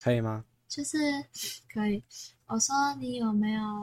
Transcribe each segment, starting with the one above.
可以吗？ 就是可以。我说你有没有？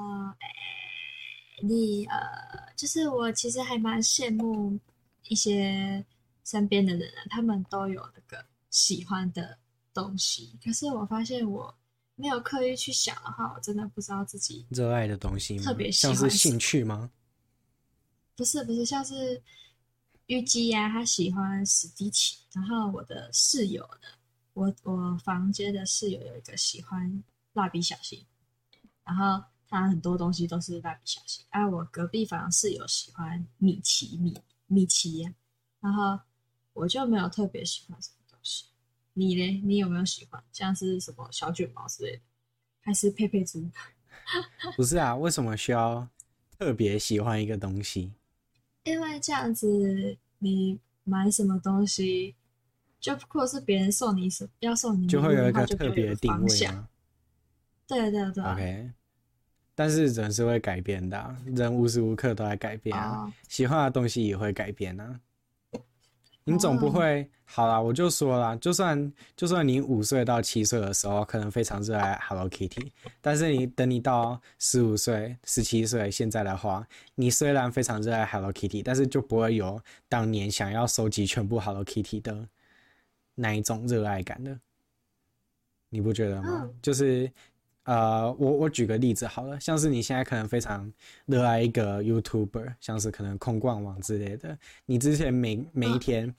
你就是我其实还蛮羡慕一些身边的人啊，他们都有那个喜欢的东西。可是我发现我没有刻意去想的话，我真的不知道自己热爱的东西吗？ 特别喜像是兴欢什么。 趣吗？ 不是，像是虞姬呀，他喜欢史迪奇，然后我的室友呢，我房间的室友有一个喜欢蜡笔小新，然后他很多东西都是蜡笔小新。啊，我隔壁房室友喜欢米奇呀，然后我就没有特别喜欢什么东西。你嘞？你有没有喜欢像是什么小卷毛之类的，还是佩佩猪？ 不是啊，为什么需要特别喜欢一个东西？ 因为这样子，你买什么东西，就或者是别人要送你就会有一礼物的话， 个特别的就比较有个方向。 定位吗对对对啊。 ？OK，但是人是会改变的啊，人无时无刻都在改变啊， 哦喜欢的东西也会改变啊。你总不哦。 会好啦，我就说啦，就算你5岁到7岁的时候，可能非常热爱 Hello Kitty，但是等你到15岁、17岁，现在的话，你虽然非常热爱 Hello Kitty，但是就不会有当年想要收集全部 Hello Kitty 的那一种热爱感的。你不觉得吗？ 嗯就是我举个例子好了，像是你现在可能非常热爱一个 YouTuber，像是可能空逛网之类的，你之前每一嗯。 天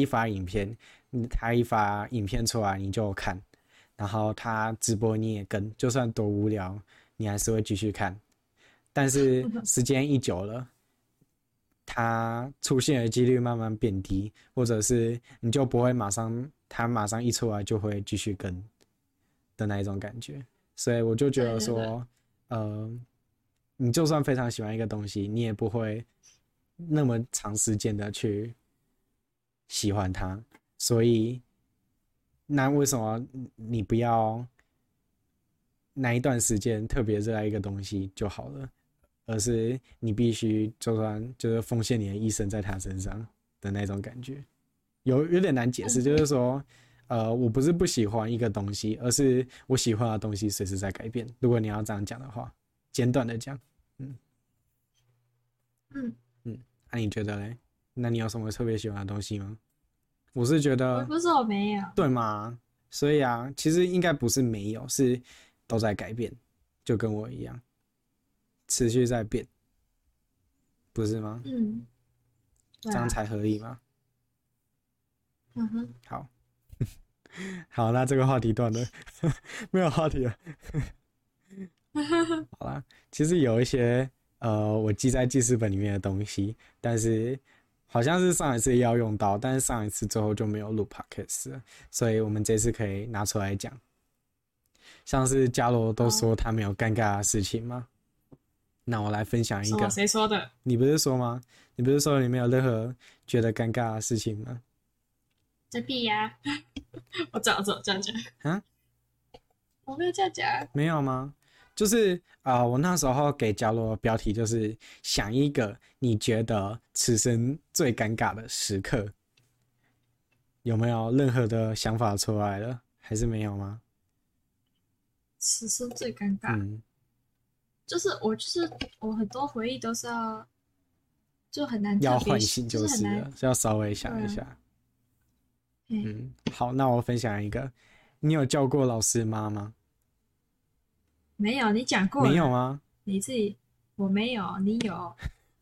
他一发影片出来你就看，然后他直播你也跟，就算多无聊，你还是会继续看。但是时间一久了，他出现的几率慢慢变低，或者是你就不会他马上一出来就会继续跟的那一种感觉。所以我就觉对对对。 得说，呃，你就算非常喜欢一个东西，你也不会那么长时间的去喜欢它。所以，那为什么你不要那一段时间特别热爱一个东西就好了，而是你必须就算就是奉献你的一生在他身上的那种感觉？有点难解释，就是说，我不是不喜欢一个东西，而是我喜欢的东西随时在改变。如果你要这样讲的话，简短的讲，嗯嗯。 嗯，那你觉得嘞？那你有什么特别喜欢的东西吗？我是觉得， 我不是说我没有。 对吗？所以啊，其实应该不是没有，是都在改变，就跟我一样，持续在变，不是吗？ 嗯。对啊。 这样才合理吗？ 嗯哼。 好，好，那这个话题断了，没有话题了。好啦，其实有一些我记在记事本里面的东西，但是好像是上一次要用到，但是上一次最后就没有录 podcast 了，所以我们这次可以拿出来讲。像是伽罗都好。 说他没有尴尬的事情吗？那我来分享一什么？ 个。 谁说的？ 你不是说吗？你不是说你没有任何觉得尴尬的事情吗？ 在屁呀！我早这样讲。 啊， 我没有这样讲。 没有吗？就是我那时候给伽罗的标题就是想一个你觉得此生最尴尬的时刻，有没有任何的想法出来了？还是没有吗？ 此生最尴尬， 嗯， 就是我很多回忆都是就很难特别， 要唤醒就是很难。 就是了，要稍微对啊。 想一下。 嘿。 嗯，好，那我分享一个，你有叫过老师妈吗？ 没有，你讲过了。 没有吗？ 你自己。我没有，你有。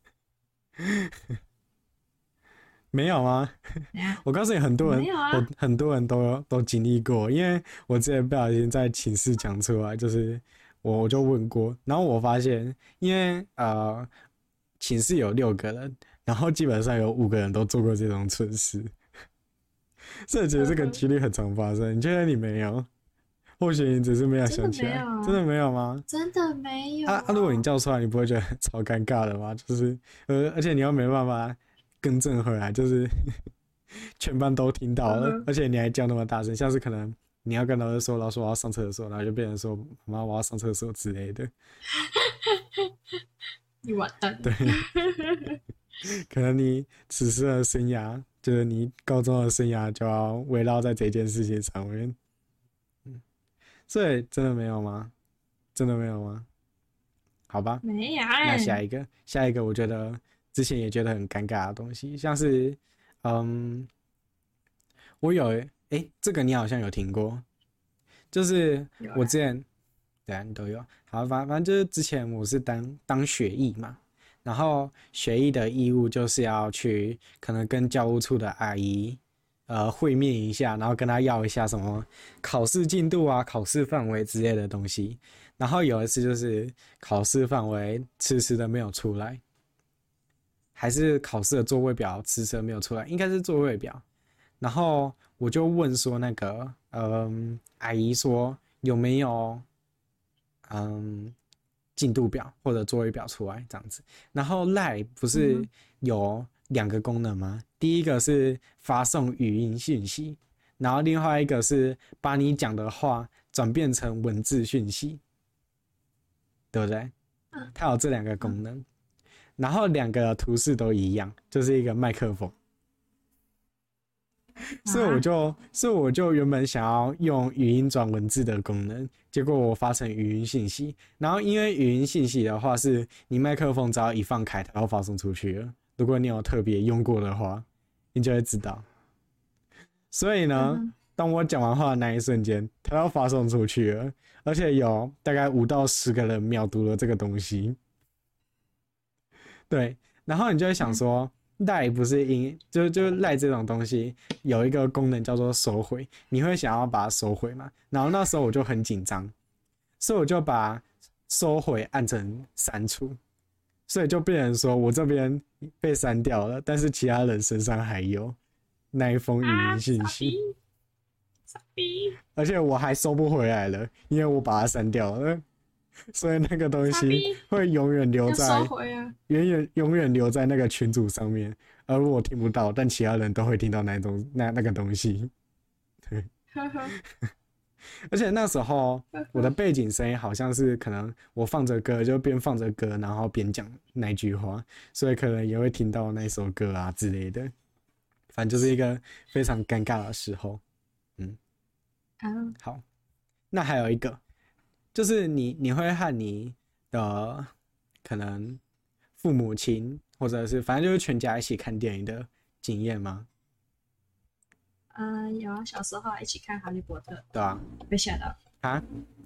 没有吗？ 怎样？ 我告诉你，很我多人， 没有啊。 很多人都经历过，因为我之前不小心在寝室讲出来，就是我就问过，然后我发现，因为寝室有6个人，然后基本上有5个人都做过这种蠢事，所以我觉得这个几率很常发生。你觉得你没有？或许你只是没有真的没有想起来，真的啊。 没有吗？ 真的没有。 如果你叫出来，你不会觉得超尴尬的吗？就是而且你又没办法更正回来，就是全班都听到了， 嗯哼。 而且你还叫那么大声，像是可能你要跟老师说，老师我要上厕所，然后就变成说妈妈我要上厕所之类的。 你完蛋对， 了。 可能你此时的生涯，就是你高中的生涯，就要围绕在这件事情上面。 所以真的没有吗？真的没有吗？好吧， 没有。 那下一个，我觉得之前也觉得很尴尬的东西，像是，我有，这个你好像有听过，就是有啦我之前，对啊，你都有。好，反正就是之前我是当学艺嘛，然后学艺的义务就是要去可能跟教务处的阿姨会面一下，然后跟他要一下什么考试进度啊、考试范围之类的东西。然后有一次就是考试范围迟迟的没有出来，还是考试的座位表迟迟的没有出来，应该是座位表。然后我就问说那个阿姨说有没有进度表或者座位表出来这样子。然后 LINE 不是有2个功能吗？第一个是发送语音讯息，然后另外一个是把你讲的话转变成文字讯息，对不对？它有这2个功能，然后2个图示都一样，就是一个麦克风。所以我就原本想要用语音转文字的功能，结果我发成语音信息。然后因为语音信息的话，是你麦克风只要一放开，它就发送出去了。如果你有特别用过的话，你就会知道。所以呢，当我讲完话的那一瞬间，它要发送出去了，而且有大概5到10个人秒读了这个东西。对，然后你就会想说。赖不是就赖这种东西有一个功能叫做收回，你会想要把它收回嘛？然后那时候我就很紧张，所以我就把收回按成删除，所以就变成说我这边被删掉了，但是其他人身上还有那一封语音信息， 傻逼， 而且我还收不回来了，因为我把它删掉了。所以那个东西会永远留在，永远留在那个群组上面，而我听不到，但其他人都会听到那个东西。对，而且那时候我的背景声音好像是可能我放着歌，就边放着歌，然后边讲那句话，所以可能也会听到那首歌啊之类的。反正就是一个非常尴尬的时候。好，那还有一个。就是你会和你的可能父母亲或者是反正就是全家一起看电影的经验吗？ 有啊，小时候一起看《哈利波特》， 对啊， 被吓到啊？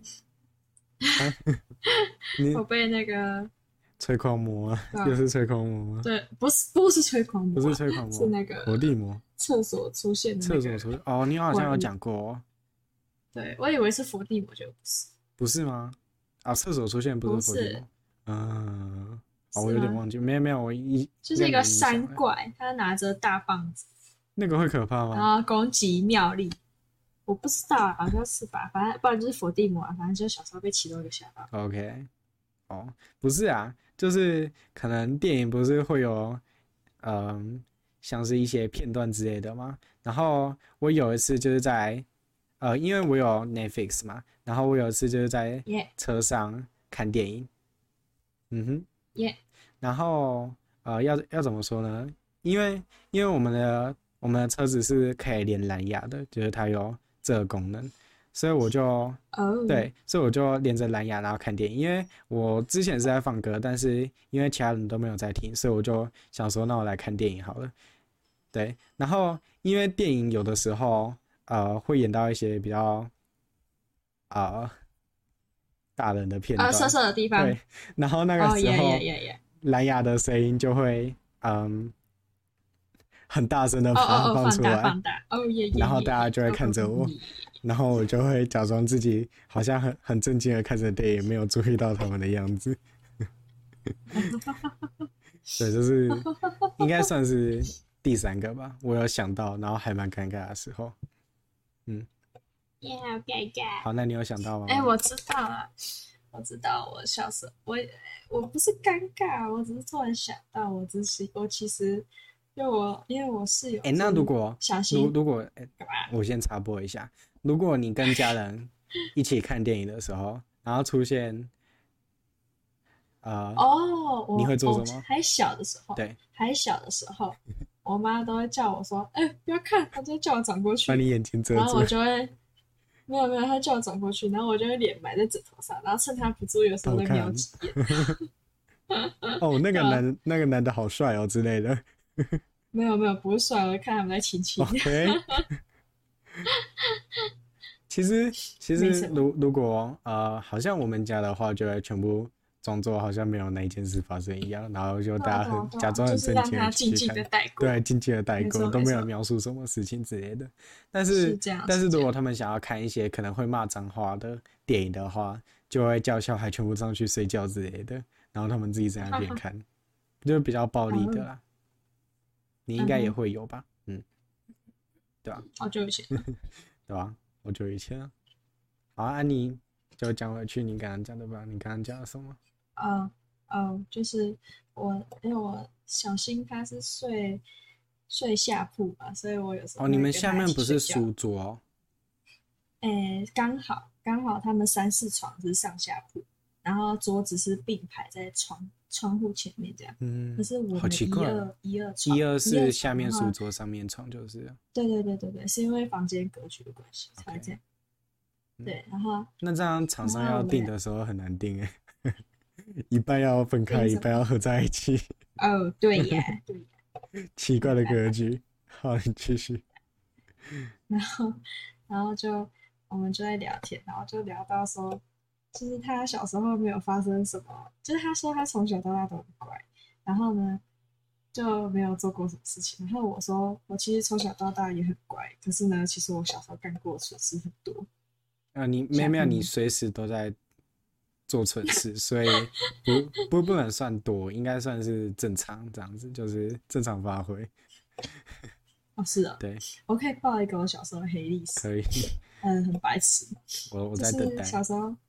我被那个吹狂魔啊，又是吹狂魔吗？ 对，不是吹狂魔， 不是吹狂魔， 是那个伏地魔。 厕所出现的、那个，厕所出现哦，你好像有讲过哦。 对，我以为是伏地魔，就不是。 不是吗？啊，厕所出现不是伏地魔。我有点忘记，没有， 就是一个山怪，他拿着大棒子， 那个会可怕吗？ 然后攻击妙丽，我不知道，好像是吧，反正不然就是伏地魔啊，反正就是小时候被其中一个吓到。 OK， 不是啊，就是可能电影不是会有，像是一些片段之类的嘛。然后我有一次就是在，因为我有 Netflix 嘛。然后我有一次就是在车上看电影，然后要怎么说呢？因为我们的车子是可以连蓝牙的，就是它有这个功能，所以我就对，所以我就连着蓝牙然后看电影。因为我之前是在放歌，但是因为其他人都没有在听，所以我就想说，那我来看电影好了。对，然后因为电影有的时候会演到一些比较。大人的片段， 色色的地方， 对，然后那个时候，蓝牙的声音就会，很大声的放出来， 放大， 然后大家就会看着我，然后我就会假装自己好像很震惊的看着电影，没有注意到他们的样子。对，就是应该算是第3个吧，我有想到，然后还蛮尴尬的时候， 好尴尬。 好，那你有想到吗？ 我知道了，我知道，我小时候我不是尴尬，我只是突然想到，我其实因为我室友， 那如果干嘛？ 我先插播一下，如果你跟家人一起看电影的时候，然后出现你会做什么？ 还小的时候， 对， 还小的时候，我妈都会叫我说：“不要看！”她就叫我转过去， 把你眼睛遮住， 然后我就会。 没有没有，他叫我转过去，然后我就会脸埋在枕头上，然后趁他不注意的时候偷再瞄看。 几眼。 哦， 对啊， 那个男的好帅哦之类的。 没有没有，不是帅，我看他们在亲亲。 OK，其实没什么。 如果好像我们家的话，就会全部装作好像没有那一件事发生一样，然后就对啊大家对啊对啊， 假装很就是让震惊的他静静的继续看， 带过。 对，静静的带没过， 错没错， 都没有描述什么事情之类的。但是是这样但是如果是这样。 他们想要看一些可能会骂脏话的电影的话，就会叫小孩全部上去睡觉之类的，然后他们自己在那边看，就是比较暴力的嗯啦。你应该也嗯哼， 会有吧？嗯，对吧？ 好久以前了。 对吧？我就以前啊。好啊，你就讲回去你刚刚讲的吧。你刚刚讲了什么？ 就是因为我小新他是睡下铺嘛，所以我有时候哦，你会们下跟他一起面不是睡觉。 书桌哦？ 刚好他们3、4床是上下铺，然后桌子是并排在窗户前面这样。可嗯， 是我好们一奇怪哦。 二一二一床一二二是下床的话， 面书桌，上面床就是了。 对对对对对，是因为房间格局的关系才会这 OK， 样。 嗯， 对，然后那这样厂然商要订后我们俩的时候很难订哎，一半要分开， 订什么？ 一半要合在一起， 哦，对耶，对耶， 奇怪的没办法。 格局。好，你继续。 然后，然后我们就在聊天，然后就聊到说，就是他小时候没有发生什么，就是他说他从小到大都很乖，然后呢就没有做过什么事情。然后我说我其实从小到大也很乖，可是呢，其实我小时候干过的蠢事很多。 你妹妹，你想听吗？ 随时都在做蠢事，所以不能算多，应该算是正常这样子，就是正常发挥。 哦，是啊， 对， 我可以报一个我小时候的黑历史。 可以， 很白痴。 我就是在等待。 小时候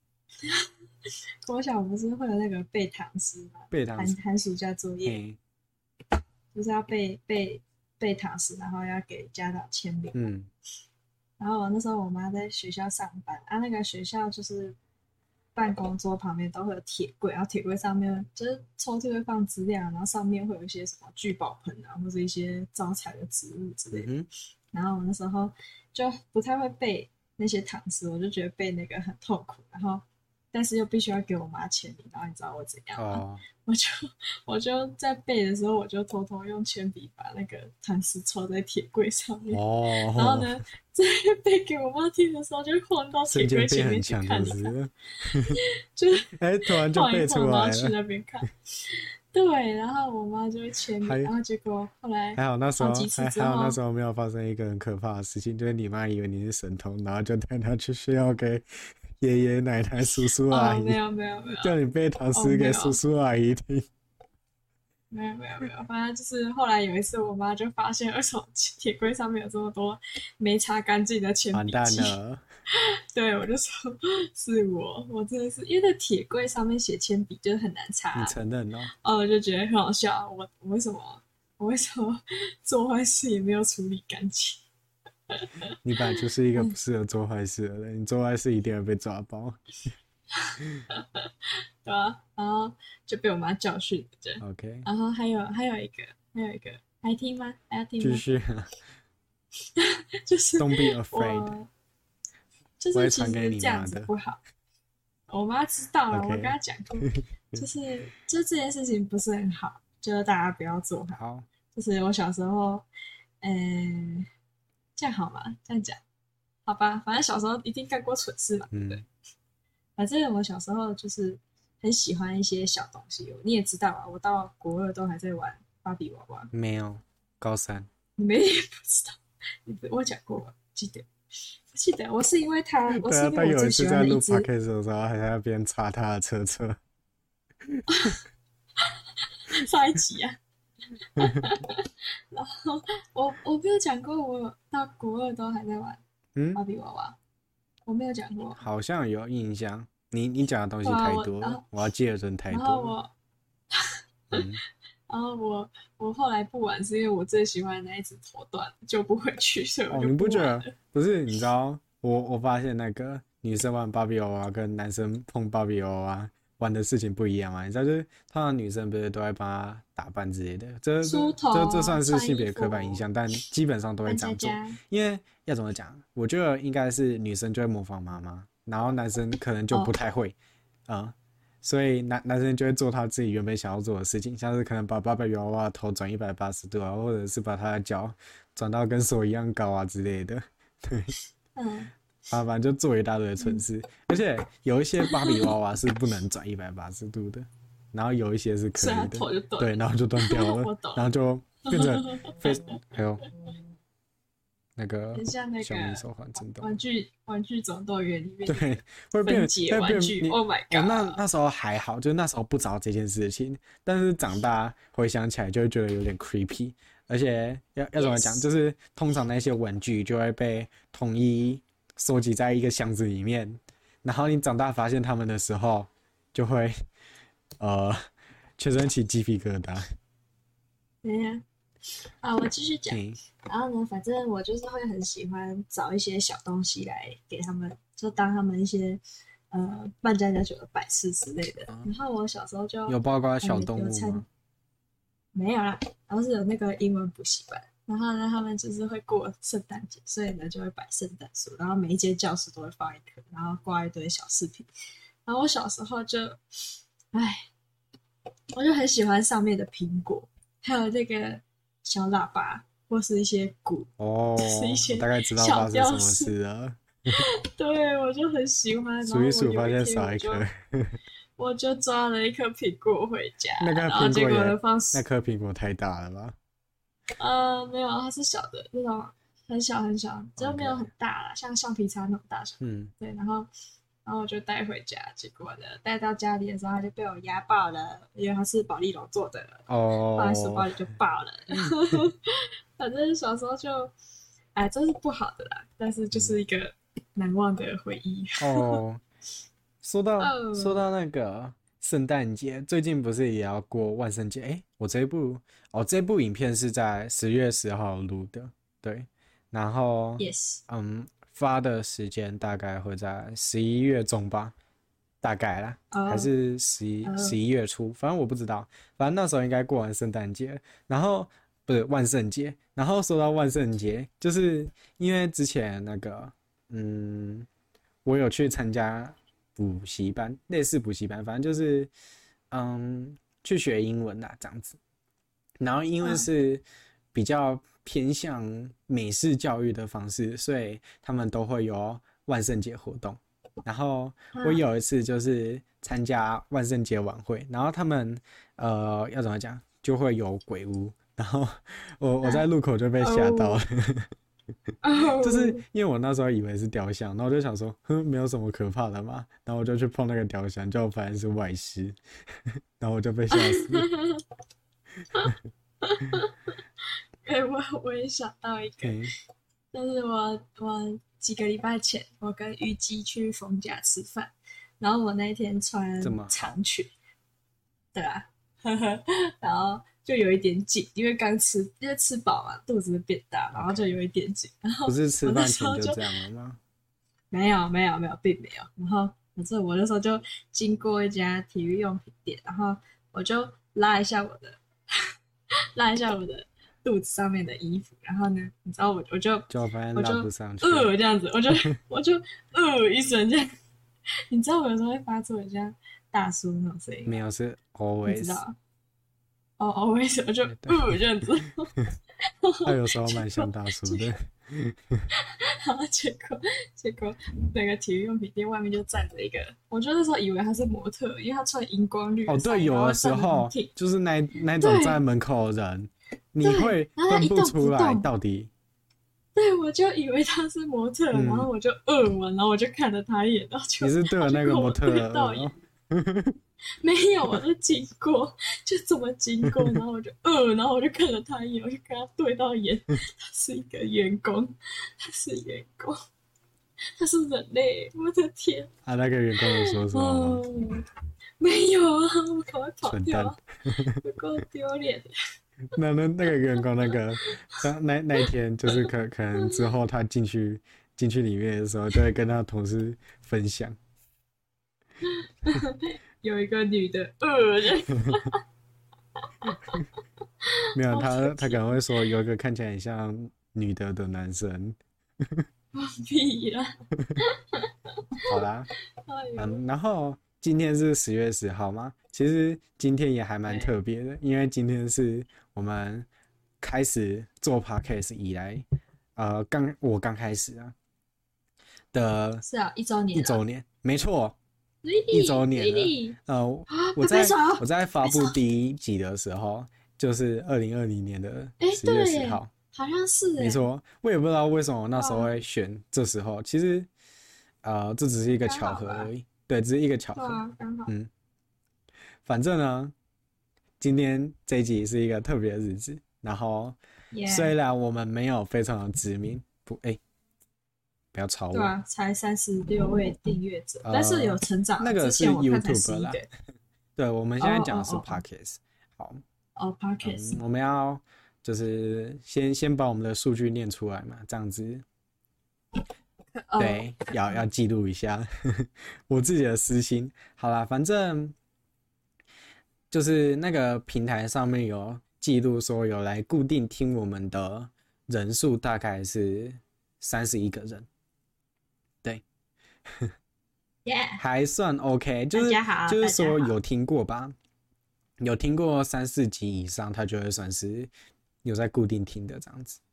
国小不是会有那个背唐诗嘛， 背唐诗， 寒暑假作业嘿， 就是要背唐诗，然后要给家长签名。 嗯然后那时候我妈在学校上班啊，那个学校就是办公桌旁边都会有铁柜，然后铁柜上面就是抽屉会放资料，然后上面会有一些什么聚宝盆啊，或者一些招财的植物之类的。 嗯哼， 然后我那时候就不太会背那些唐诗，我就觉得背那个很痛苦，然后但是又必须要给我妈签名，然后你知道我怎样吗？ 哦， 我就我就在背的时候，我就偷偷用铅笔把那个唐诗抄在铁柜上面，然后哦， 呢，在背给我妈听的时候，就晃到铁瞬间柜前面去变很强，就看一看， 是， 就是哎，突然就晃一背出晃，然后去来了。 那边看。对，然后我妈就会签名， 还然后结果后来还好那时候好几次之还好那后， 时候没有发生一个很可怕的事情，就是你妈以为你是神童，然后就带她去学校给爷爷奶奶、叔叔阿哦，没姨， 有没有没有， 叫你背唐哦诗给叔没有。 叔阿姨听。 没有没有没有，反正就是后来有一次，我妈就发现为什么铁柜上面有这么多没擦干净的铅完蛋笔剂。 了， 对，我就说是我真的是因为那铁柜上面写铅笔就是很难你擦。 承认哦？ 我就觉得很好笑，我为什么做坏事也没有处理干净？ 你本来就是一个不嗯， 适合做坏事的人，你做坏事一定会被抓包。 对啊，然后就被我妈教训了这样。 OK， 然后还有一个，还听吗？还要听吗？ 继续就是 ，Don't be afraid， 我就我会是其传给你实这样妈的。 子不好。我妈知道了，我跟 OK， 她讲过，就这件事情不是很好，就是大家不要做好。 好， 就是我小时候，嗯，这样好吗？这样讲，好吧，反正小时候一定干过蠢事嘛，对不对？ 嗯， 反正我小时候就是很喜欢一些小东西，你也知道啊，我到国二都还在玩芭比娃娃， 没有，高三。 你们也不知道，我讲过吧？记得，我是因为我对啊， 是因为我他有一最喜欢次在录的一只 podcast 的时候，还在那边擦他的车车。 上一集啊。然后我没有讲过，我到国二都还在玩嗯， 芭比娃娃，我没有讲过。 好像有印象。你讲的东西对啊， 太多了，我要记得真太然多了。 后我， 嗯， 然后我后来不玩，是因为我最喜欢的那一只头断了，救不回去，所以我哦， 就你不觉得？ 不玩了。 不是，你知道，我发现那个女生玩芭比娃娃跟男生碰芭比娃娃玩的事情不一样嘛。你知道，就是通常女生不是都会帮她打扮之类的，这梳头这算是性别穿衣服刻板印象，但基本上都会这样做。因为要怎么讲，我觉得应该是女生就会模仿妈妈，然后男生可能就不太会所以男生就会做他自己原本想要做的事情，像是可能把芭比娃娃的头转180度啊，或者是把他的脚转到跟手一样高啊之类的。对，反正就做一大堆的蠢事，而且有一些芭比娃娃是不能转180度的，然后有一些是可以的，对，然后就断掉了，然后就变成还有那个很像那个小米手环震动玩具总动员里面对，会变分解玩具。Oh my god！ 那时候还好，就是那时候不知道这件事情，但是长大回想起来就会觉得有点 creepy， 而且要怎么讲，就是通常那些玩具就会被统一收集在一个箱子里面，然后你长大发现它们的时候，就会全身起鸡皮疙瘩。 对呀。我继续讲。然后呢，反正我就是会很喜欢找一些小东西来给他们，就当他们一些扮家家酒的摆饰之类的。然后我小时候就有包括小动物吗？ 没有啦，然后是有那个英文补习班。然后呢，他们就是会过圣诞节，所以呢就会摆圣诞树，然后每一间教室都会放一棵，然后挂一堆小饰品。然后我小时候就，我就很喜欢上面的苹果，还有那个小喇叭，或是一些鼓，就是一些大概知道发生什么事了。 对，我就很喜欢。 数一数，发现少一颗， 我就抓了一颗苹果回家。 那个苹果那颗苹果太大了吧？ 没有，它是小的，那种很小很小，就没有很大啦，像橡皮擦那种大小。对，然后我就带回家，结果呢，带到家里的时候，它就被我压爆了，因为它是保丽龙做的，放在书包里就爆了。反正小时候就，这是不好的啦，但是就是一个难忘的回忆。 说到那个圣诞节，最近不是也要过万圣节？我这部影片是在10月10号录的，对，然后 yes， 发的时间大概会在11月中吧，大概啦，还是11月初，反正我不知道，反正那时候应该过完圣诞节，然后不是万圣节，然后说到万圣节，就是因为之前那个我有去参加补习班，类似补习班，反正就是去学英文啦这样子，然后因为是比较偏向美式教育的方式，所以他们都会有万圣节活动。然后我有一次就是参加万圣节晚会，然后他们要怎么讲，就会有鬼屋，然后我在路口就被吓到了。就是因为我那时候以为是雕像，然后我就想说，没有什么可怕的嘛，然后我就去碰那个雕像，就发现是外师，然后我就被吓死了。 我也想到一个，就是我几个礼拜前，我跟虞姬去冯家吃饭，然后我那天穿长裙，对啊，然后就有一点紧，因为因为吃饱嘛，肚子变大，然后就有一点紧。然后不是吃饭前就这样了吗？ 没有，并没有。然后反正我那时候就经过一家体育用品店，然后我就拉一下我的肚子上面的衣服，然后呢，你知道我就发现拉不上去， 这样子，我就一声这样，你知道我有时候会发出很像大叔那种声音， 没有，是 always， 你知道always， 我就这样子， 他有时候蛮像大叔的， 然后结果那个体育用品店外面就站着一个，我就那时候以为他是模特，因为他穿荧光绿的对，有的时候就是那种站在门口的人。你会分不出来到底？ 对，我就以为他是模特，然后我就完，然后我就看了他一眼，然后就你是对了那个模特到眼，没有，我就经过，就这么经过，然后我就然后我就看了他一眼，我就跟他对到眼，他是一个员工，他是人类，我的天！ 那个员工有说什么吗？ 没有啊，我赶快跑掉，有够丢脸的。 那个员工那一天就是可能之后他进去里面的时候，就会跟他同事分享， 有一个女的， 没有他， 好可他可能会说有一个看起来很像女的的男生。 屁啦！ 好啦， 哎呦， 然后今天是10月10号嘛，其实今天也还蛮特别的，因为今天是我们开始做 podcast 以来，我刚开始的是啊，1周年了， 一周年，没错， really 1周年了。 really 我在拍手我在发布第一集的时候，就是2020年的10月对耶， 十号， 好像是没错，我也不知道为什么我那时候哇会选这时候，其实这只是一个巧合而已，对，只是一个巧合。 对啊，刚好， 反正呢，今天这一集是一个特别的日子，然后虽然我们没有非常的知名，不要吵我， 对啊，才36位订阅者，但是有成长。 那个是之前我看才 YouTube 啦， 11个。 对，我们现在讲的是 Podcast。好， Podcast， 我们要就是先把我们的数据念出来嘛，这样子。对，要记录一下我自己的私心。好啦，反正就是那个平台上面有记录说有来固定听我们的人数大概是31个人，对，还算 OK， 就是说有听过吧，有听过3-4集以上，他就会算是有在固定听的这样子。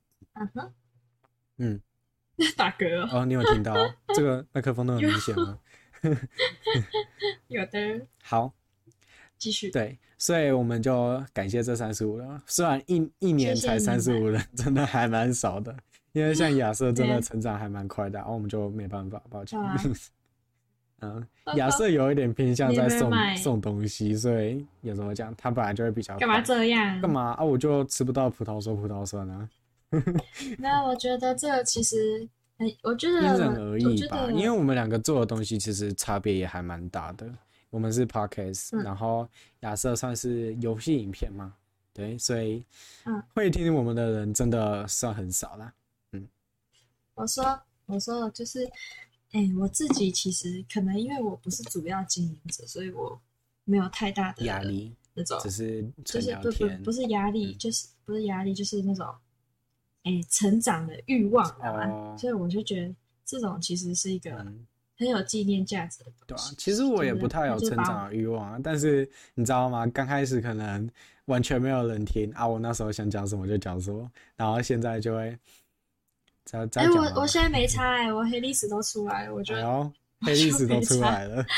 打嗝哦，你有听到这个麦克风都很明显吗？ 有的。 好， 继续。 对，所以我们就感谢这35人，虽然一年才35人，真的还蛮少的。因为像亚瑟真的成长还蛮快的，然后我们就没办法，抱歉。亚瑟有一点偏向在送东西，所以有怎么讲，他本来就会比较快。 干嘛这样？ 干嘛啊？我就吃不到葡萄说葡萄酸啊。 那我觉得这其实，我觉得因人而异吧，因为我们两个做的东西其实差别也还蛮大的。我们是 podcast，然后亚瑟算是游戏影片嘛，对，所以会听我们的人真的算很少啦。 我说的就是，我自己其实可能因为我不是主要经营者，所以我没有太大的压力， 那种， 只是就是不是压力，就是不是压力，就是那种，成长的欲望，知道吗？所以我就觉得这种其实是一个很有纪念价值的东西。 对啊，其实我也不太有成长的欲望啊，但是你知道吗？刚开始可能完全没有人听啊，我那时候想讲什么就讲什么，然後现在就会。 我现在没差我黑历史都出来了，我觉得。 黑历史都出来了。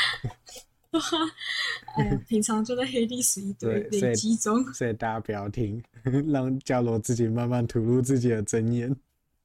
平常就在黑历史一堆累积中， 所以大家不要听，让伽罗自己慢慢吐露自己的真言。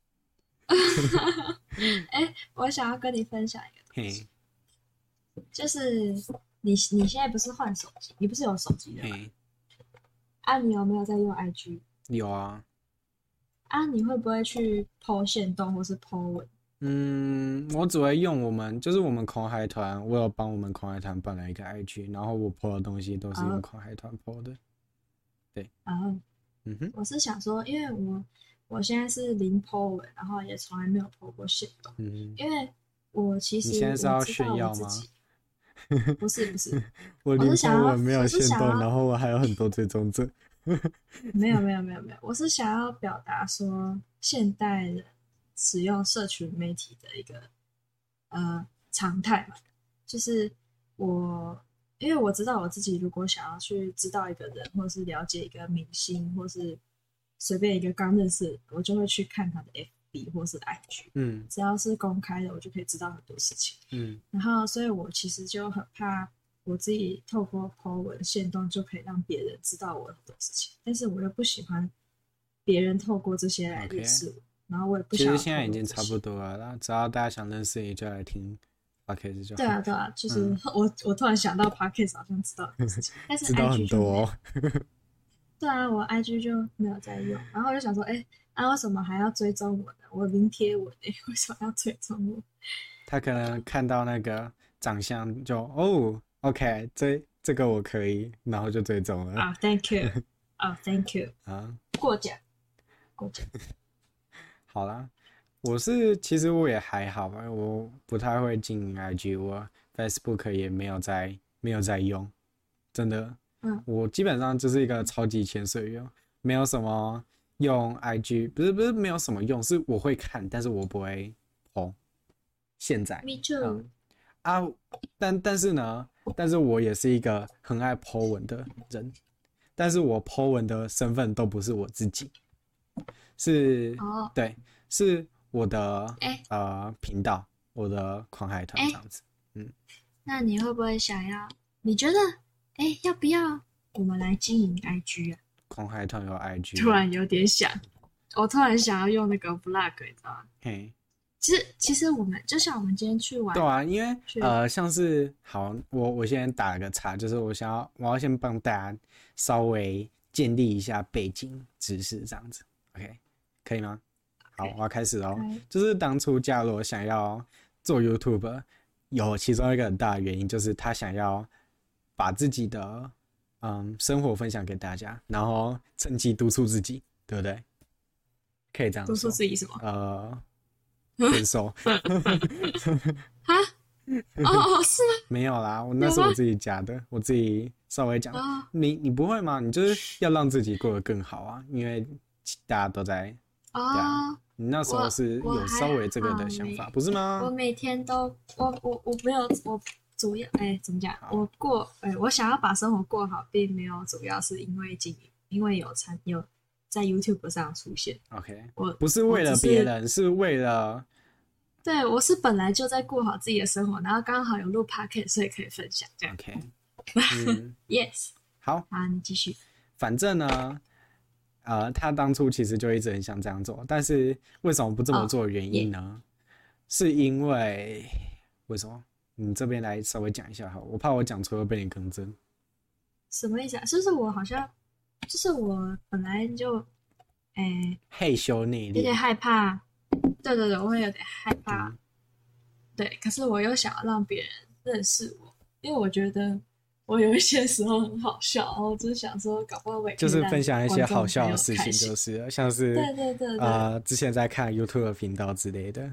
我想要跟你分享一个东西，就是你现在不是换手机，你不是有手机的吗？你有没有在用 IG？ 有啊。 你会不会去 po 限动或是 po 文？ 我只会用我们空海团，我有帮我们空海团办了一个 IG， 然后我 po 的东西都是用空海团 po 的。对。 我是想说，因为我现在是零 po 文，然后也从来没有 po 过限动。因为我其实你现在是要炫耀吗？ 不是我零 po 文没有限动，然后我还有很多追踪者。 没有，我是想要表达说，现代人使用社群媒体的一个常态嘛，就是因为我知道我自己如果想要去知道一个人，或是了解一个明星，或是随便一个刚认识的人，我就会去看他的 FB 或是 IG，只要是公开的，我就可以知道很多事情，然后所以我其实就很怕。我自己透过 po 文限动就可以让别人知道我很多事情，但是我又不喜欢别人透过这些来认识我，然后我也不想。 其实现在已经差不多了啦，只要大家想认识你就来听 podcast 就好。 对啊，就是我突然想到 podcast 好像知道很多事情，但是 IG 知道很多。 对啊，我 IG 就没有在用，然后我就想说，为什么还要追踪我呢？我零贴文为什么要追踪我？ 他可能看到那个长相就OK， 这个我可以，然后就追踪了。 Thank you， Thank you。过奖。 好啦， 其实我也还好吧，我不太会经营 IG，我 Facebook 也没有在用，真的，我基本上就是一个超级潜水员，没有什么用 IG，不是没有什么用，是我会看，但是我不会 po。现在 Me too。 但是我也是一个很爱 po 文的人，但是我 po 文的身份都不是我自己，对，是我的频道，我的狂海团这样子。 那你会不会想要？你觉得要不要我们来经营 IG 啊？ 狂海团有 IG， 突然有点想，我突然想要用那个 vlog，你知道吗？ 嘿。 其实我们就像我们今天去玩， 对啊，因为像是好，我先打个岔，就是我要先帮大家稍微建立一下背景知识，这样子 ，OK， 可以吗？好，我要开始喽。就是当初加罗想要做 YouTube， 有其中一个很大的原因就是他想要把自己的生活分享给大家，然后趁机督促自己，对不对？可以这样说。 督促自己什么？ 分手哈？是吗？ 没有啦，那是我自己加的，我自己稍微讲。你不会吗？你就是要让自己过得更好啊，因为大家都在。对啊，你那时候是有稍微这个的想法，不是吗？ 我每天都我没有，我主要怎么讲？我想要把生活过好，并没有主要是因为经营，因为有在 YouTube 上出现。 OK， 我不是为了别人，是为了。 对，我是本来就在过好自己的生活，然后刚好有录 Podcast， 所以可以分享这样。 OK， yes， 好， 你继续。 反正呢，他当初其实就一直很想这样做，但是为什么不这么做的原因呢？是因为什么？你这边来稍微讲一下好，我怕我讲错会被你更正。 什么意思啊？就是我好像，就是我本来就， 害羞内敛， 有点害怕。对，我会有点害怕。对，可是我又想要让别人认识我，因为我觉得我有一些时候很好笑，然后就是想说，搞不好我也就是分享一些好笑的事情，就是像是对之前在看 YouTube 频道之类的。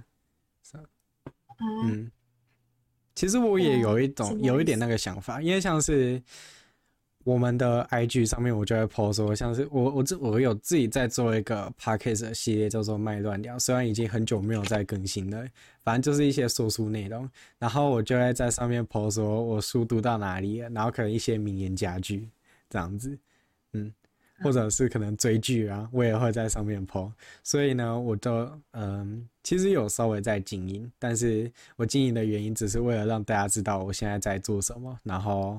其实我也有一点那个想法，因为像是我们的 IG 上面，我就会 po 说，像是我有自己在做一个 podcast 的系列，叫做麦乱聊，虽然已经很久没有在更新了，反正就是一些说书内容，然后我就会在上面 po 说我书读到哪里了，然后可能一些名言佳句这样子，或者是可能追剧啊，我也会在上面 po， 所以呢，我都其实有稍微在经营，但是我经营的原因只是为了让大家知道我现在在做什么，然后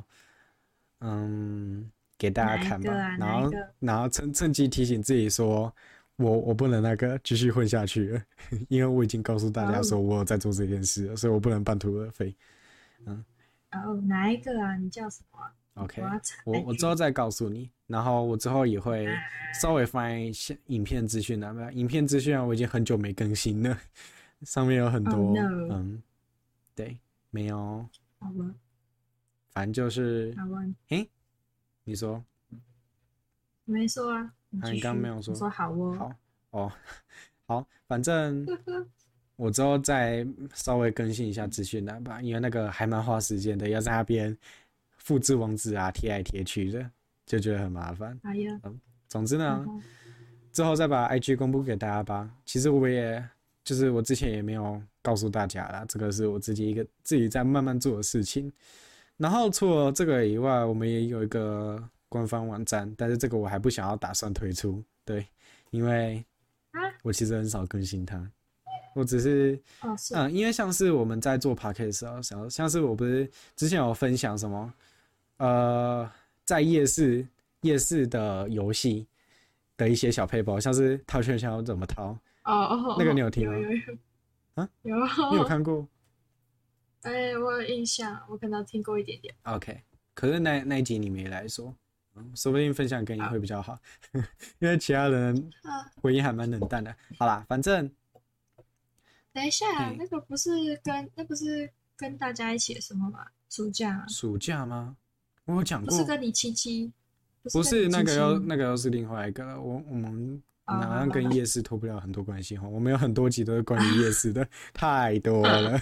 给大家看吧，然后趁机提醒自己说，我不能那个继续混下去了，因为我已经告诉大家说我有在做这件事了，所以我不能半途而废。 哪一个啊？你叫什么 ？OK， 我之后再告诉你，然后我之后也会稍微放一些影片资讯栏，影片资讯栏我已经很久没更新了，上面有很多对，没有。 好吧。 反正就是你说？ 没说啊。 你刚刚没有说。 我说好哦。 好，反正我之后再稍微更新一下资讯栏吧，因为那个还蛮花时间的，要在那边复制网址啊，贴来贴去的，就觉得很麻烦。总之呢，之后再把 IG 公布给大家吧。其实我之前也没有告诉大家啦，这个是我自己在慢慢做的事情。然后除了这个以外，我们也有一个官方网站，但是这个我还不想要打算推出，对，因为我其实很少更新它，我只是因为像是我们在做 podcast 的时候，像是我不是之前有分享什么在夜市的游戏的一些小配包，像是套圈圈要怎么套那个你有听吗？ 有你有看过？ 我有印象，我可能听过一点点。 OK， 可是那一集你没来说，说不定分享给你会比较好，因为其他人回应还蛮冷淡的。好啦，反正等一下，那不是跟大家一起的什么吗？暑假吗？我有讲过， 不是跟你七七， 不是那个又是另外一个了。我们好好像跟夜市脱不了很多关系哈。我们有很多集都是关于夜市的，太多了。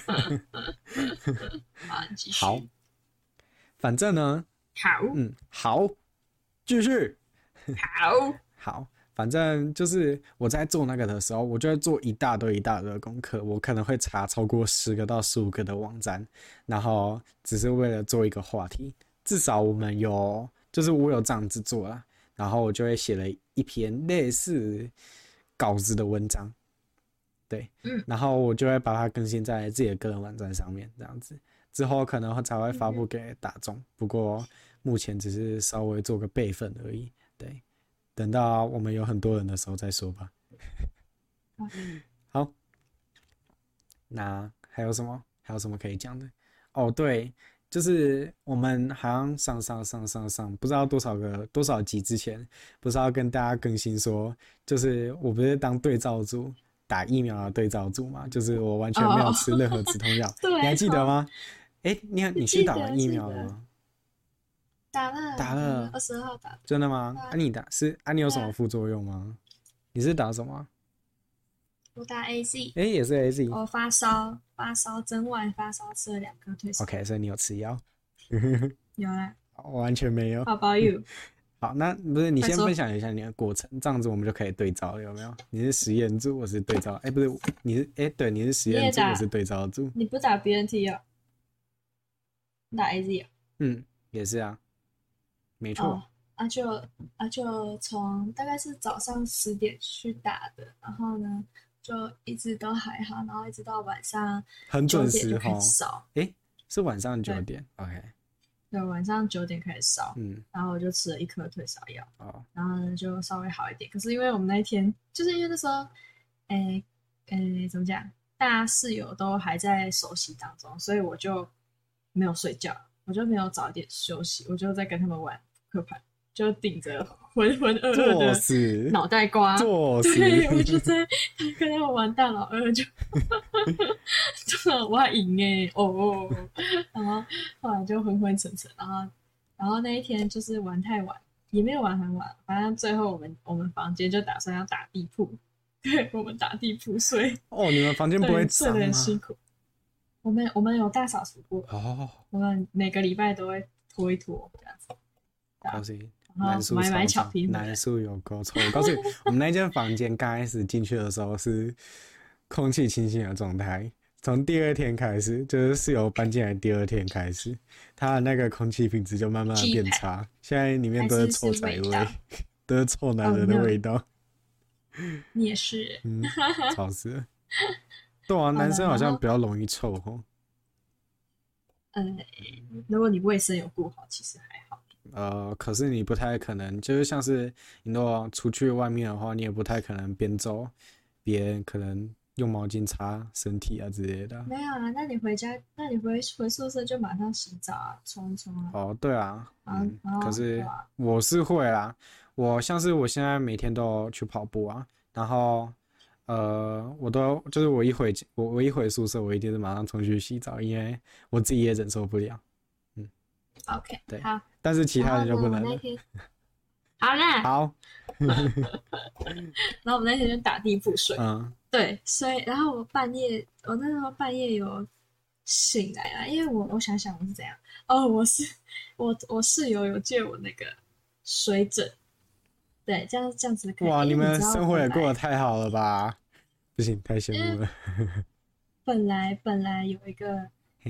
好，继续。 好，反正呢，好，继续。好，反正就是我在做那个的时候，我就会做一大堆的功课，我可能会查超过10个到15个的网站，然后只是为了做一个话题。至少我们有，就是我有这样子做啦，然后我就会写了一篇类似稿子的文章，对，然后我就会把它更新在自己的个人网站上面，这样子之后可能才会发布给大众。不过目前只是稍微做个备份而已，对，等到我们有很多人的时候再说吧。好，那还有什么？还有什么可以讲的？哦，对，就是我们好像上，不知道多少集之前，不是要跟大家更新说，就是我不是当对照组打疫苗的对照组嘛，就是我完全没有吃任何止痛药， 对， 你还记得吗？哎，你是打完疫苗了吗？ 打了，22号打的。 真的吗？你有什么副作用吗？你是打什么？ 我打 AZ。 也是 AZ。 我发烧，整晚发烧，吃了2颗退烧。 OK， 所以你有吃药？ 有啊。 我完全没有。 How about you？ 好，那不是你先分享一下你的过程，这样子我们就可以对照了，有没有？你是实验组，我是对照。不是，对，你是实验组，我是对照组。 你不打 BNT 哦？你打 AZ 哦？ 也是啊，没错。 就从大概是早上10点去打的，然后呢，就一直都还好，然后一直到晚上很准时 9点就开始烧。 是晚上9点 ，OK。 对，晚上9点开始烧，然后我就吃了1颗退烧药，然后呢就稍微好一点。可是因为我们那一天，就是因为那时候，怎么讲，大家室友都还在熟悉当中，所以我就没有睡觉，我就没有早一点休息，我就在跟他们玩扑克牌，就顶着浑浑噩噩的脑袋瓜，对，我就在跟他们玩大老二，就我赢然后后来就昏昏沉沉，然后那一天就是玩太晚，也没有玩很晚，反正最后我们房间就打算要打地铺，对，我们打地铺睡。 你们房间不会脏吗？ 睡得很辛苦。我们有大扫除过我们每个礼拜都会拖一拖这样子。 告诉你， 买巧拼， 男宿有够臭。我告诉你，我们那间房间刚开始进去的时候是空气清新的状态，从第2天开始，就是室友搬进来第2天开始，它的那个空气品质就慢慢的变差，现在里面都是臭仔味，都是臭男人的味道。 你也是， 吵死了。对啊，男生好像比较容易臭吼。 如果你卫生有顾好，其实还好。 可是你不太可能，就是像是你如果出去外面的话，你也不太可能边走边可能用毛巾擦身体啊之类的。 没有啊，那你回宿舍就马上洗澡啊，冲一冲啊。 对啊，可是我是会啦，我像是我现在每天都去跑步啊，然后我都就是我一回宿舍，我一定是马上冲去洗澡，因为我自己也忍受不了。 OK， 对， 好， 但是其他人就不能了。 好啦， 好。 然后我们那天就打地铺睡，对，所以然后我那时候半夜有醒来了，因为我想想我是怎样，我室友有借我那个水枕，对，这样子可以。 哇，你们生活也过得太好了吧？不行，太羡慕了。 本来有一个，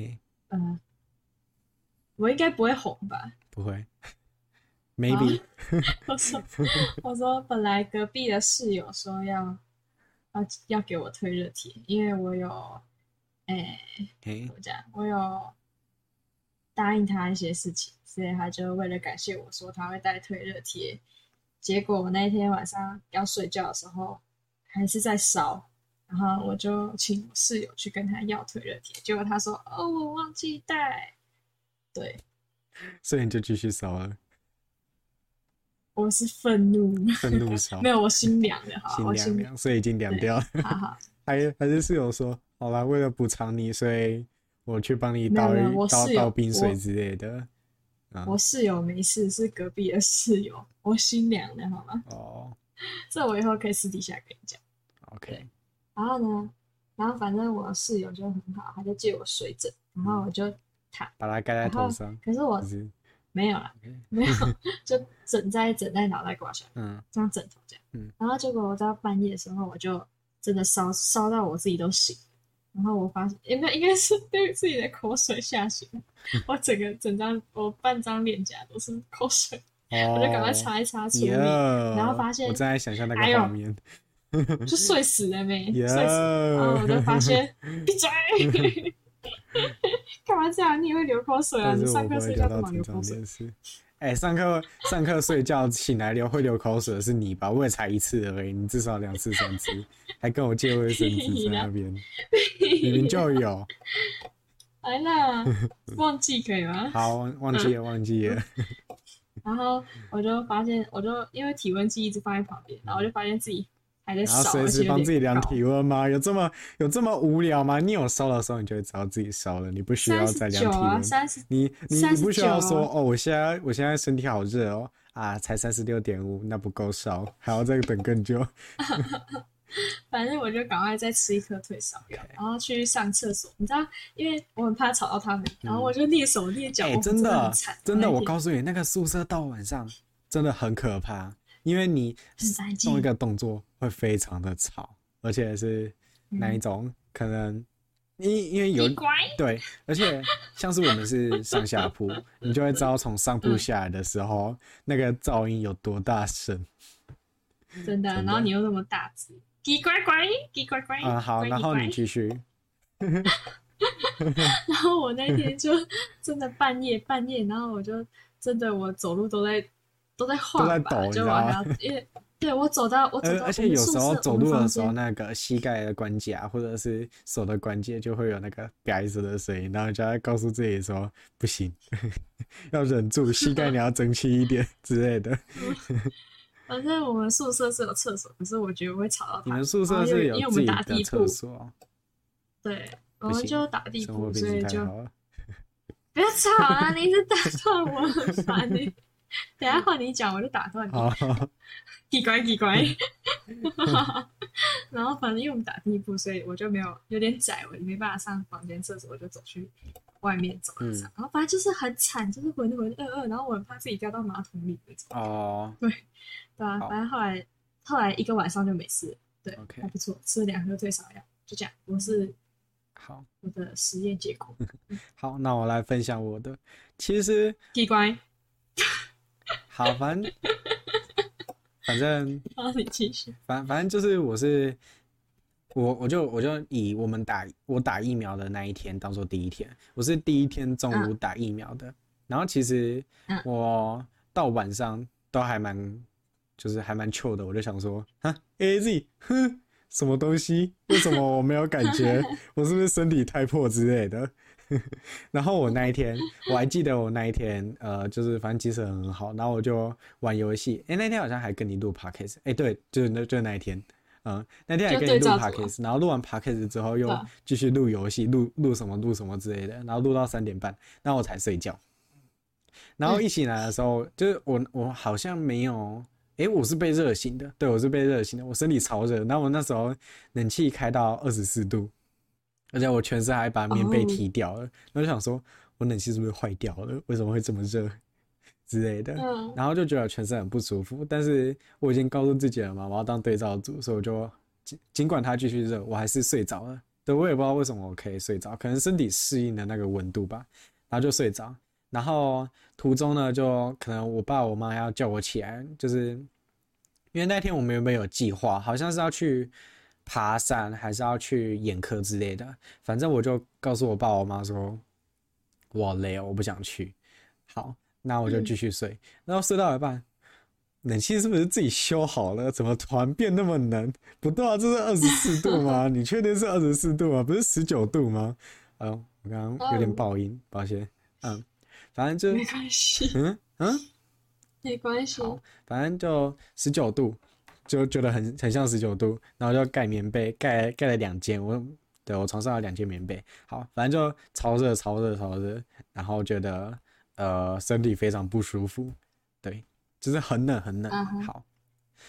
我应该不会红吧？ 不会 ，maybe。 我说本来隔壁的室友说要给我退热贴，因为我有，怎么讲？我有答应他一些事情，所以他就为了感谢我说他会带退热贴。结果我那一天晚上要睡觉的时候还是在烧，然后我就请我室友去跟他要退热贴，结果他说我忘记带。对， 所以你就继续烧了。 我是愤怒烧， 没有，我心凉了，好， 心凉，所以已经凉掉了。 好， 还是室友说，好啦，为了补偿你，所以我去帮你倒冰水之类的。 我室友没事，是隔壁的室友，我心凉了，好吗？ 这我以后可以私底下跟你讲。 OK， 然后呢，然后反正我室友就很好，他就借我睡枕，然后我就躺， 把它盖在然后头上， 可是我就是没有啦，没有，就枕在脑袋瓜下，这样枕头这样。然后结果我到半夜的时候，我就真的烧到我自己都醒了，然后我发现应该是被自己的口水吓醒了，我我半张脸颊都是口水，我就赶快擦一擦处理，然后发现我正在想象那个画面， 就睡死了没，睡死了，然后我就发现闭嘴。干嘛这样？你也会流口水啊？你上课睡觉干嘛流口水？ 上课睡觉醒来会流口水的是你吧？我也才1次而已，你至少2次3次，还跟我借卫生纸在那边，明明就有。 来啦，忘记可以吗？ 好，忘记了。 然后我就发现，因为体温计一直放在旁边，然后我就发现自己还在烧， 然后随时帮自己量体温吗？有这么无聊吗？你有烧的时候，你就会知道自己烧了，你不需要再量体温。你不需要说哦，我现在身体好热哦，才36.5，那不够烧，还要再等更久。 反正我就赶快再吃一颗退烧药，然后去上厕所。你知道，因为我很怕吵到他们，然后我就蹑手蹑脚， 真的很惨。 真的，我告诉你，那个宿舍到晚上真的很可怕。因为你动一个动作会非常的吵，而且是那一种可能因为有对，而且像是我们是上下铺，你就会知道从上铺下来的时候，那个噪音有多大声。 真的，然后你又那么大只，叽乖乖。 好，然后你继续。 然后我那天就真的半夜，然后我就真的我走路都在晃吧， 都在抖， 就往下，因为对我走到而且有时候走路的时候，那个膝盖的关节或者是手的关节就会有那个啪一声的声音，然后就要告诉自己说不行，要忍住，膝盖你要争气一点之类的。 反正我们宿舍是有厕所，可是我觉得我会吵到他。 你们宿舍是有自己的厕所？ 对，我们就打地铺，所以就不要吵啊！你一直打断我，很烦你。等一下换你讲，我就打断你。奇怪。然后反正因为我们打地铺，所以我就有点窄，我没办法上房间厕所，我就走去外面走廊上。然后反正就是很惨，就是浑然后我很怕自己掉到马桶里那种。对啊，反正后来一个晚上就没事了。对，还不错，吃了2颗退烧药，就这样。我的实验结果。 好，那我来分享我的。其实奇怪。 好，反正你继续。 反正就是我就以我打疫苗的那一天当做第一天，我是第一天中午打疫苗的。然后其实我到晚上都还蛮 chill 的，我就想说AZ 什么东西？为什么我没有感觉？我是不是身体太破之类的？然后我还记得我那一天，就是反正精神很好，然后我就玩游戏。那天好像还跟你录 podcast， 对，就是那一天，那天还跟你录 podcast， 然后录完 podcast 之后又继续录游戏，录什么之类的，然后录到3点半，然后我才睡觉。然后一醒来的时候，就是我好像没有。我是被热醒的，对，我是被热醒的，我身体超热，然后我那时候冷气开到24度，而且我全身还把棉被踢掉了，然后就想说，我冷气是不是坏掉了？为什么会这么热之类的？然后就觉得全身很不舒服，但是我已经告诉自己了嘛，我要当对照组，所以我就尽管它继续热，我还是睡着了。对，我也不知道为什么我可以睡着，可能身体适应了那个温度吧，然后就睡着。然后途中呢，就可能我爸我妈要叫我起来，就是因为那天我们原本有计划，好像是要去爬山，还是要去眼科之类的。反正我就告诉我爸我妈说，我好累哦，我不想去。好，那我就继续睡。然后睡到一半，冷气是不是自己修好了？怎么突然变那么冷？不对啊，这是24度吗？你确定是24度吗？不是19度吗？我刚刚有点爆音，抱歉。反正就没关系，没关系。 好，反正就19度，就觉得很像19度，然后就盖棉被，盖了2件。我床上有2件棉被。好，反正就超热，然后觉得身体非常不舒服，对，就是很冷。好，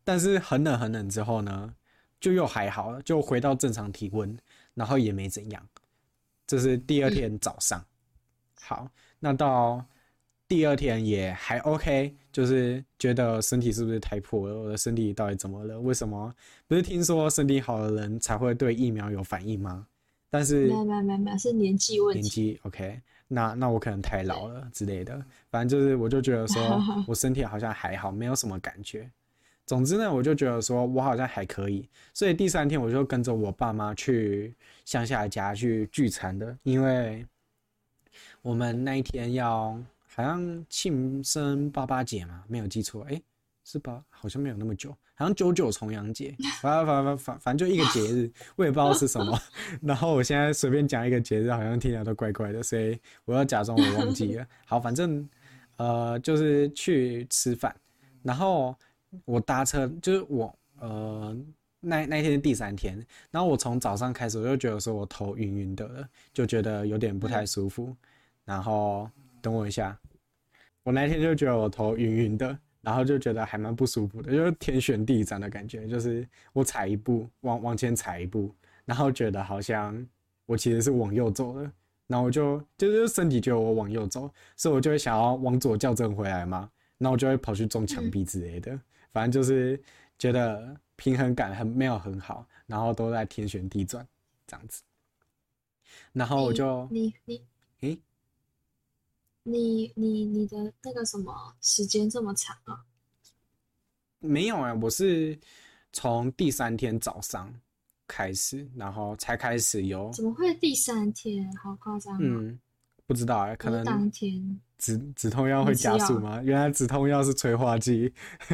但是很冷很冷之后呢，就又还好了，就回到正常体温，然后也没怎样。这是第二天早上。好，那到第二天也还 OK， 就是觉得身体是不是太破了？我的身体到底怎么了？为什么？不是听说身体好的人才会对疫苗有反应吗？但是没有，是年纪问题。 年纪 OK，那我可能太老了之类的，反正就是我就觉得说我身体好像还好，没有什么感觉。总之呢，我就觉得说我好像还可以，所以第三天我就跟着我爸妈去乡下家去聚餐的，因为我们那一天要好像庆生88节嘛，没有记错，是吧？好像没有那么久，好像99重阳节，反正就一个节日，我也不知道是什么。然后我现在随便讲一个节日，好像听起来都怪怪的，所以我要假装我忘记了。好，反正就是去吃饭，然后我搭车，就是我那一天是第三天，然后我从早上开始我就觉得说我头晕晕的了，就觉得有点不太舒服。然后等我一下，我那天就觉得我头晕晕的，然后就觉得还蛮不舒服的，就是天旋地转的感觉，就是我踩一步往前踩一步，然后觉得好像我其实是往右走的，然后我就是身体觉得我往右走，所以我就会想要往左校正回来嘛，然后我就会跑去撞墙壁之类的，反正就是觉得平衡感没有很好，然后都在天旋地转这样子，然后我就诶你的那个什么时间这么长啊？ 没有我是从第三天早上开始，然后才开始有。 怎么会第三天？好夸张哦！ 不知道可能当天止痛药会加速吗？原来止痛药是催化剂，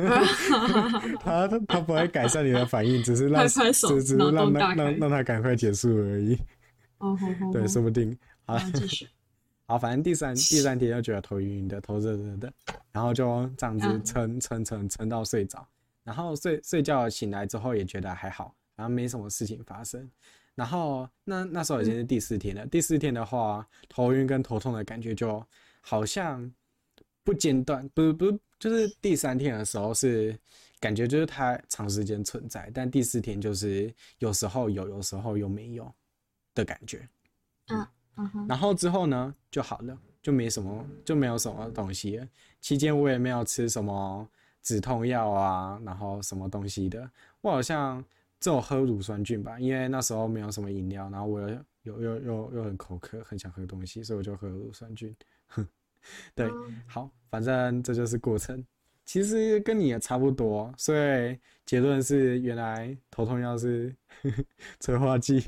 它不会改善你的反应，只是让它赶快结束而已。对，说不定。好， 继续。 好，反正第三天就觉得头晕晕的，头热热的，然后就这样子撑到睡着，然后睡觉醒来之后也觉得还好，然后没什么事情发生。然后那时候已经是第四天了，第四天的话，头晕跟头痛的感觉就好像不间断，不是，就是第三天的时候是感觉就是它长时间存在，但第四天就是有时候有，有时候又没有的感觉。然后之后呢就好了，就没有什么东西了。期间我也没有吃什么止痛药啊，然后什么东西的，我好像只有喝乳酸菌吧，因为那时候没有什么饮料，然后我又很口渴，很想喝东西，所以我就喝乳酸菌。对，好，反正这就是过程。其实跟你也差不多，所以结论是原来头痛药是催化剂。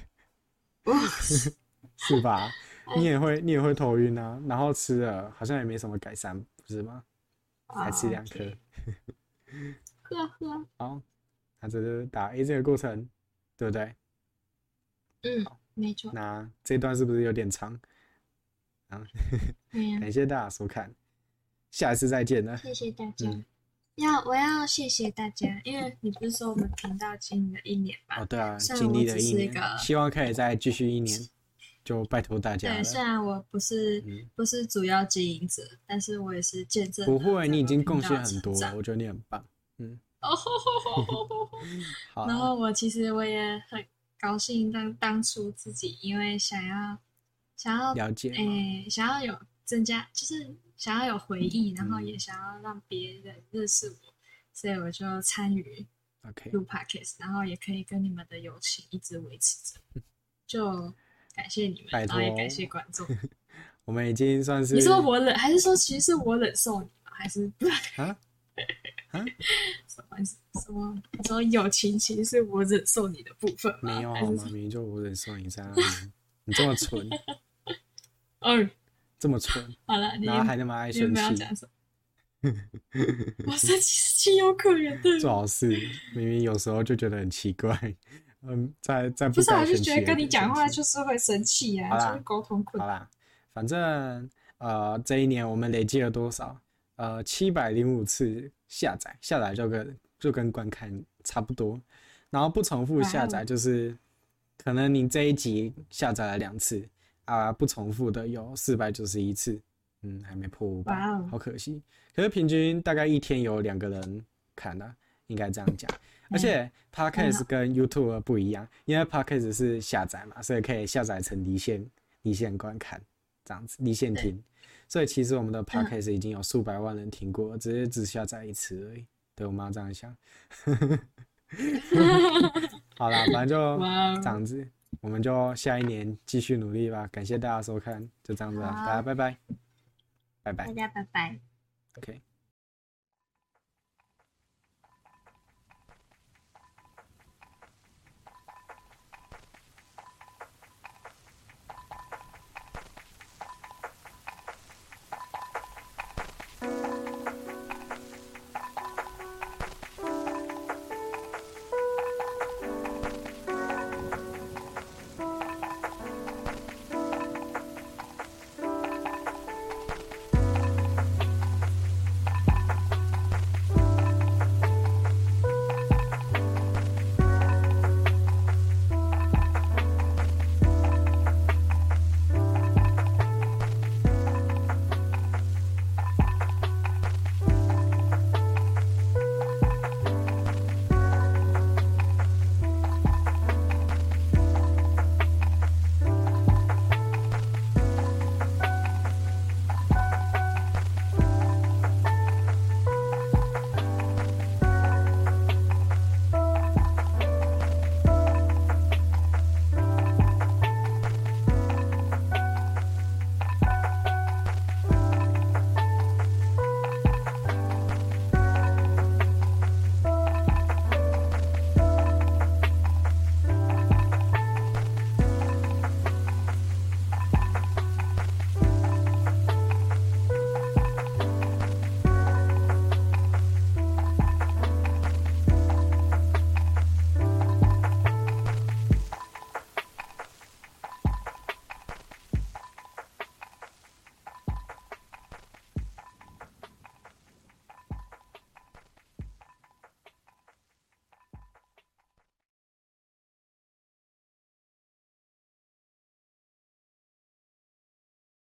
是吧？你也会头晕啊，然后吃了好像也没什么改善，不是吗？才吃2颗。 喝。 好，那这就是打 A 这个过程，对不对？ 没错。 那这段是不是有点长？感谢大家收看，下一次再见了。 谢谢大家。我要谢谢大家，因为你不是说我们频道经历了1年吗？ 对啊，经历了1年，希望可以再继续1年。就拜托大家了。 对，虽然我不是主要经营者，但是我也是见证。 不会，你已经贡献很多了，我觉得你很棒。 好。然后我也很高兴，当初自己因为想要了解， 想要有增加，就是想要有回忆，然后也想要让别人认识我，所以我就参与录 podcast， 然后也可以跟你们的友情一直维持着，就。感谢你们，然后也感谢观众。 我们已经算是你说我忍，还是说其实是我忍受你吗？还是什么？你说友情其实是我忍受你的部分吗？ 没有好吗？明明就我忍受你这样，你这么蠢，这么蠢。 好了， 然后还那么爱生气。 我生气是情有可原的。 做好事明明有时候就觉得很奇怪。在不是，我就觉得跟你讲话就是会生气啊，就是沟通困难。 好啦，反正这1年我们累积了多少？705次下载就跟观看差不多，然后不重复下载就是可能你这一集下载了2次不重复的有491次，还没破500，好可惜。可是平均大概1天有2个人看的， 应该这样讲。而且 Podcast 跟 YouTube 不一样，因为 Podcast 是下载嘛，所以可以下载成离线观看这样子，离线听。所以其实我们的 Podcast 已经有数百万人听过，只下载一次而已。对，我们要这样想。好啦，反正就这样子，我们就下一年继续努力吧。感谢大家收看，就这样子啦，大家拜拜，拜拜， 大家拜拜。 OK。